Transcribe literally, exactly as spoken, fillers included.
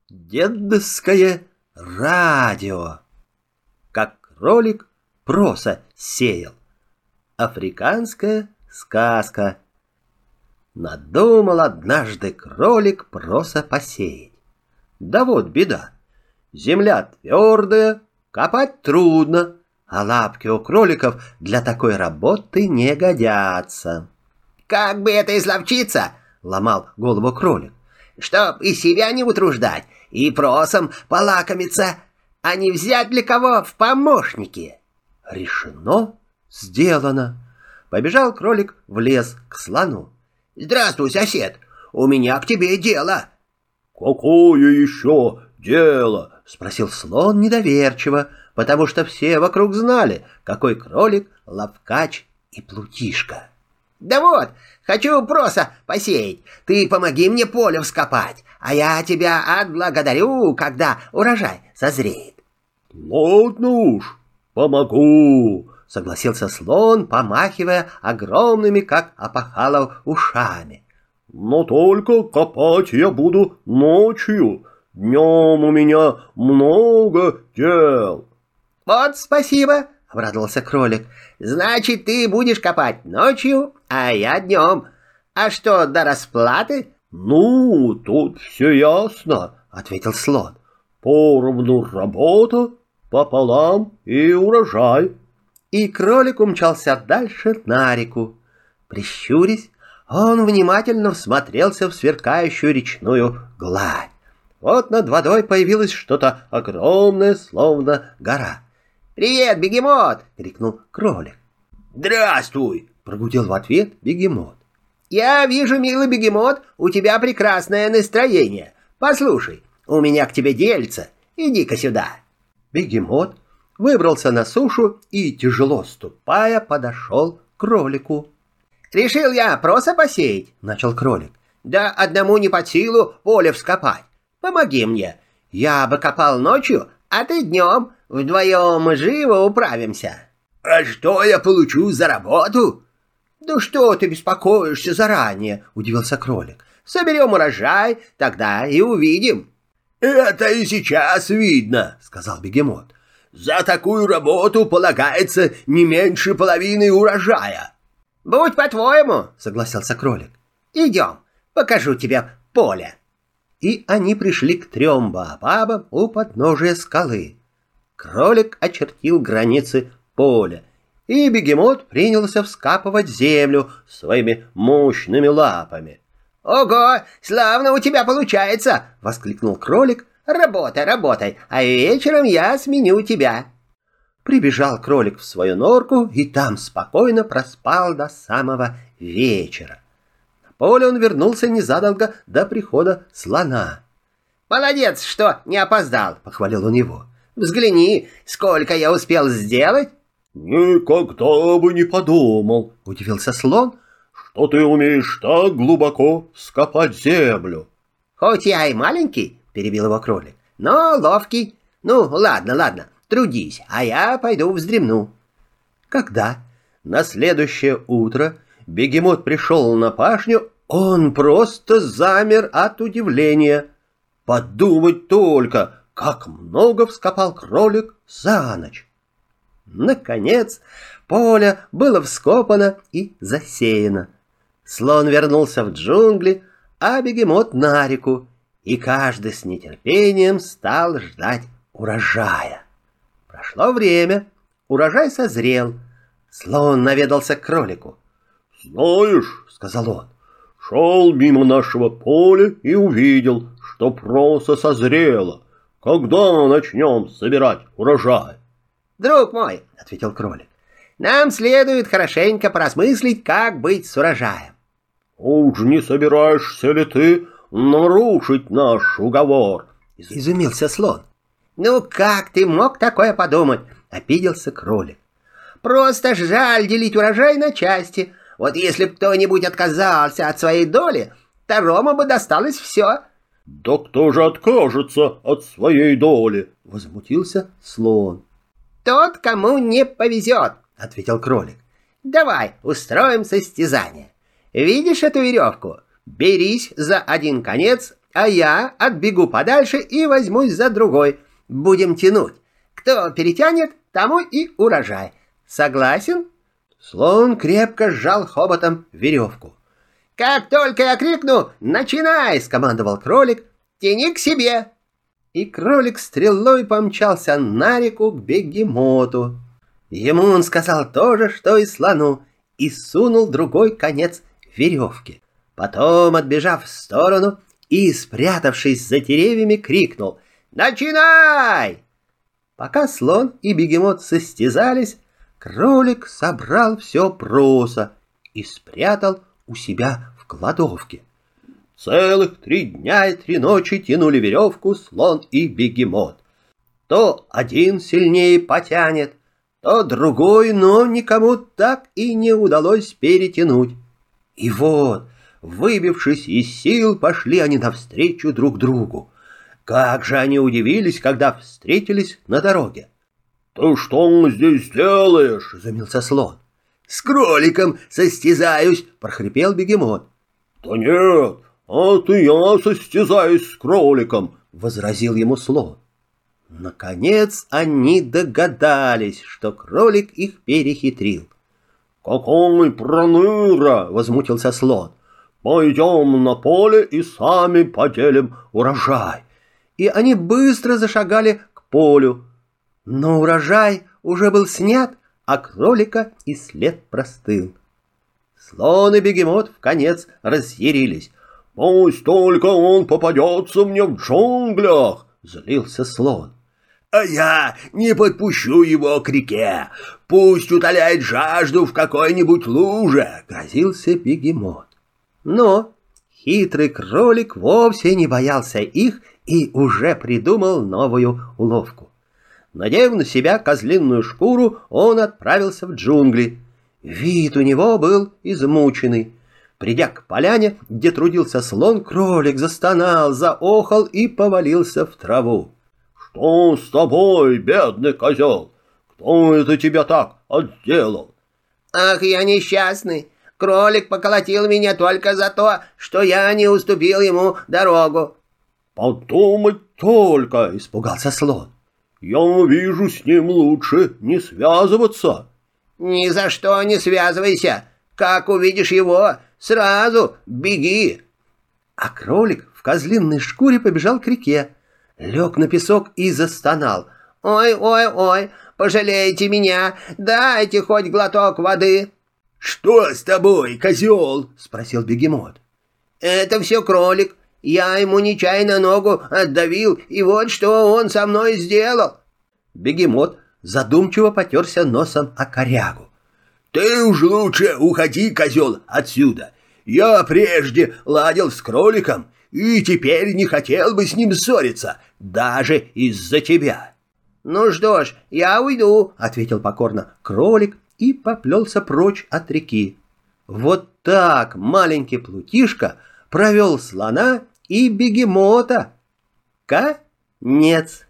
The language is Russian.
Дедовское радио. Как кролик проса сеял. Африканская сказка. Надумал однажды кролик проса посеять. Да вот беда. Земля твердая, копать трудно, а лапки у кроликов для такой работы не годятся. «Как бы это изловчиться?» — ломал голову кролик. «Чтоб и себя не утруждать, и просом полакомиться, а не взять для кого в помощники». Решено, сделано. Побежал кролик в лес к слону. «Здравствуй, сосед, у меня к тебе дело». «Какое еще дело?» — спросил слон недоверчиво, потому что все вокруг знали, какой кролик ловкач и плутишка. «Да вот, хочу проса посеять, ты помоги мне поле вскопать, а я тебя отблагодарю, когда урожай созреет». «Ладно уж, помогу», — согласился слон, помахивая огромными, как опахалов, ушами. «Но только копать я буду ночью, днем у меня много дел». «Вот спасибо», — обрадовался кролик. «Значит, ты будешь копать ночью, а я днем. А что до расплаты?» «Ну, тут все ясно», — ответил слон. «Поровну работа, пополам и урожай». И кролик умчался дальше на реку. Прищурясь, он внимательно всмотрелся в сверкающую речную гладь. Вот над водой появилось что-то огромное, словно гора. «Привет, бегемот!» — крикнул кролик. «Здравствуй!» — прогудел в ответ бегемот. «Я вижу, милый бегемот, у тебя прекрасное настроение. Послушай, у меня к тебе дельце. Иди-ка сюда». Бегемот выбрался на сушу и, тяжело ступая, подошел к кролику. «Решил я проса посеять», — начал кролик. «Да одному не под силу поле вскопать. Помоги мне. Я бы копал ночью, а ты днем. Вдвоем живо управимся». «А что я получу за работу?» «Да что ты беспокоишься заранее?» — удивился кролик. «Соберем урожай, тогда и увидим». «Это и сейчас видно», — сказал бегемот. «За такую работу полагается не меньше половины урожая». «Будь по-твоему», — согласился кролик. «Идем, покажу тебе поле». И они пришли к трем баобабам у подножия скалы. Кролик очертил границы поля, и бегемот принялся вскапывать землю своими мощными лапами. «Ого, славно у тебя получается!» — воскликнул кролик. «Работай, работай, а вечером я сменю тебя». Прибежал кролик в свою норку и там спокойно проспал до самого вечера. На поле он вернулся незадолго до прихода слона. «Молодец, что не опоздал», — похвалил он его. «Взгляни, сколько я успел сделать». «Никогда бы не подумал», — удивился слон, «что ты умеешь так глубоко скопать землю». «Хоть я и маленький», — перебил его кролик, — «но ловкий. Ну, ладно, ладно, трудись, а я пойду вздремну». Когда на следующее утро бегемот пришел на пашню, он просто замер от удивления. Подумать только, как много вскопал кролик за ночь. Наконец, поле было вскопано и засеяно. Слон вернулся в джунгли, а бегемот на реку, и каждый с нетерпением стал ждать урожая. Прошло время, урожай созрел. Слон наведался к кролику. «Знаешь, — сказал он, — шел мимо нашего поля и увидел, что проса созрела. Когда начнем собирать урожай?» «Друг мой, — ответил кролик, — нам следует хорошенько поразмыслить, как быть с урожаем». «Уж не собираешься ли ты нарушить наш уговор?» — изумился слон. «Ну как ты мог такое подумать?» — обиделся кролик. «Просто жаль делить урожай на части. Вот если б кто-нибудь отказался от своей доли, второму бы досталось все». «Да кто же откажется от своей доли?» — возмутился слон. «Тот, кому не повезет», — ответил кролик. «Давай устроим состязание. Видишь эту веревку? Берись за один конец а я отбегу подальше и возьмусь за другой. Будем тянуть. Кто перетянет, тому и урожай. Согласен?» Слон крепко сжал хоботом веревку. «Как только я крикну «начинай!» — скомандовал кролик, «тяни к себе!» И кролик стрелой помчался на реку к бегемоту. Ему он сказал то же, что и слону, и сунул другой конец веревки. Потом, отбежав в сторону и, спрятавшись за деревьями, крикнул «начинай!» Пока слон и бегемот состязались, кролик собрал все просо и спрятал у себя в кладовке. Целых три дня и три ночи тянули веревку слон и бегемот. То один сильнее потянет, то другой, но никому так и не удалось перетянуть. И вот, выбившись из сил, пошли они навстречу друг другу. Как же они удивились, когда встретились на дороге. «Ты что здесь делаешь?» — изумился слон. «С кроликом состязаюсь!» — прохрипел бегемот. «Да нет, это я состязаюсь с кроликом!» — возразил ему слон. Наконец они догадались, что кролик их перехитрил. «Какой проныра!» — возмутился слон. «Пойдем на поле и сами поделим урожай!» И они быстро зашагали к полю. Но урожай уже был снят, а кролика и след простыл. Слон и бегемот вконец разъярились. «Пусть только он попадется мне в джунглях!» — злился слон. «А я не подпущу его к реке. Пусть утоляет жажду в какой-нибудь луже!» — грозился бегемот. Но хитрый кролик вовсе не боялся их и уже придумал новую уловку. Надев на себя козлиную шкуру, он отправился в джунгли. Вид у него был измученный. Придя к поляне, где трудился слон, кролик застонал, заохал и повалился в траву. «Что с тобой, бедный козел? Кто это тебя так отделал?» «Ах, я несчастный! Кролик поколотил меня только за то, что я не уступил ему дорогу». «Подумать только!» — испугался слон. «Я вижу, с ним лучше не связываться». «Ни за что не связывайся. Как увидишь его, сразу беги». А кролик в козлиной шкуре побежал к реке, лег на песок и застонал. «Ой, ой, ой, пожалейте меня, дайте хоть глоток воды». «Что с тобой, козел?» — спросил бегемот. «Это все кролик. Я ему нечаянно ногу отдавил, и вот что он со мной сделал». Бегемот задумчиво потерся носом о корягу. «Ты уж лучше уходи, козел, отсюда. Я прежде ладил с кроликом, и теперь не хотел бы с ним ссориться, даже из-за тебя». «Ну что ж, я уйду», — ответил покорно кролик и поплелся прочь от реки. Вот так маленький Плутишка провел слона и бегемота. Конец.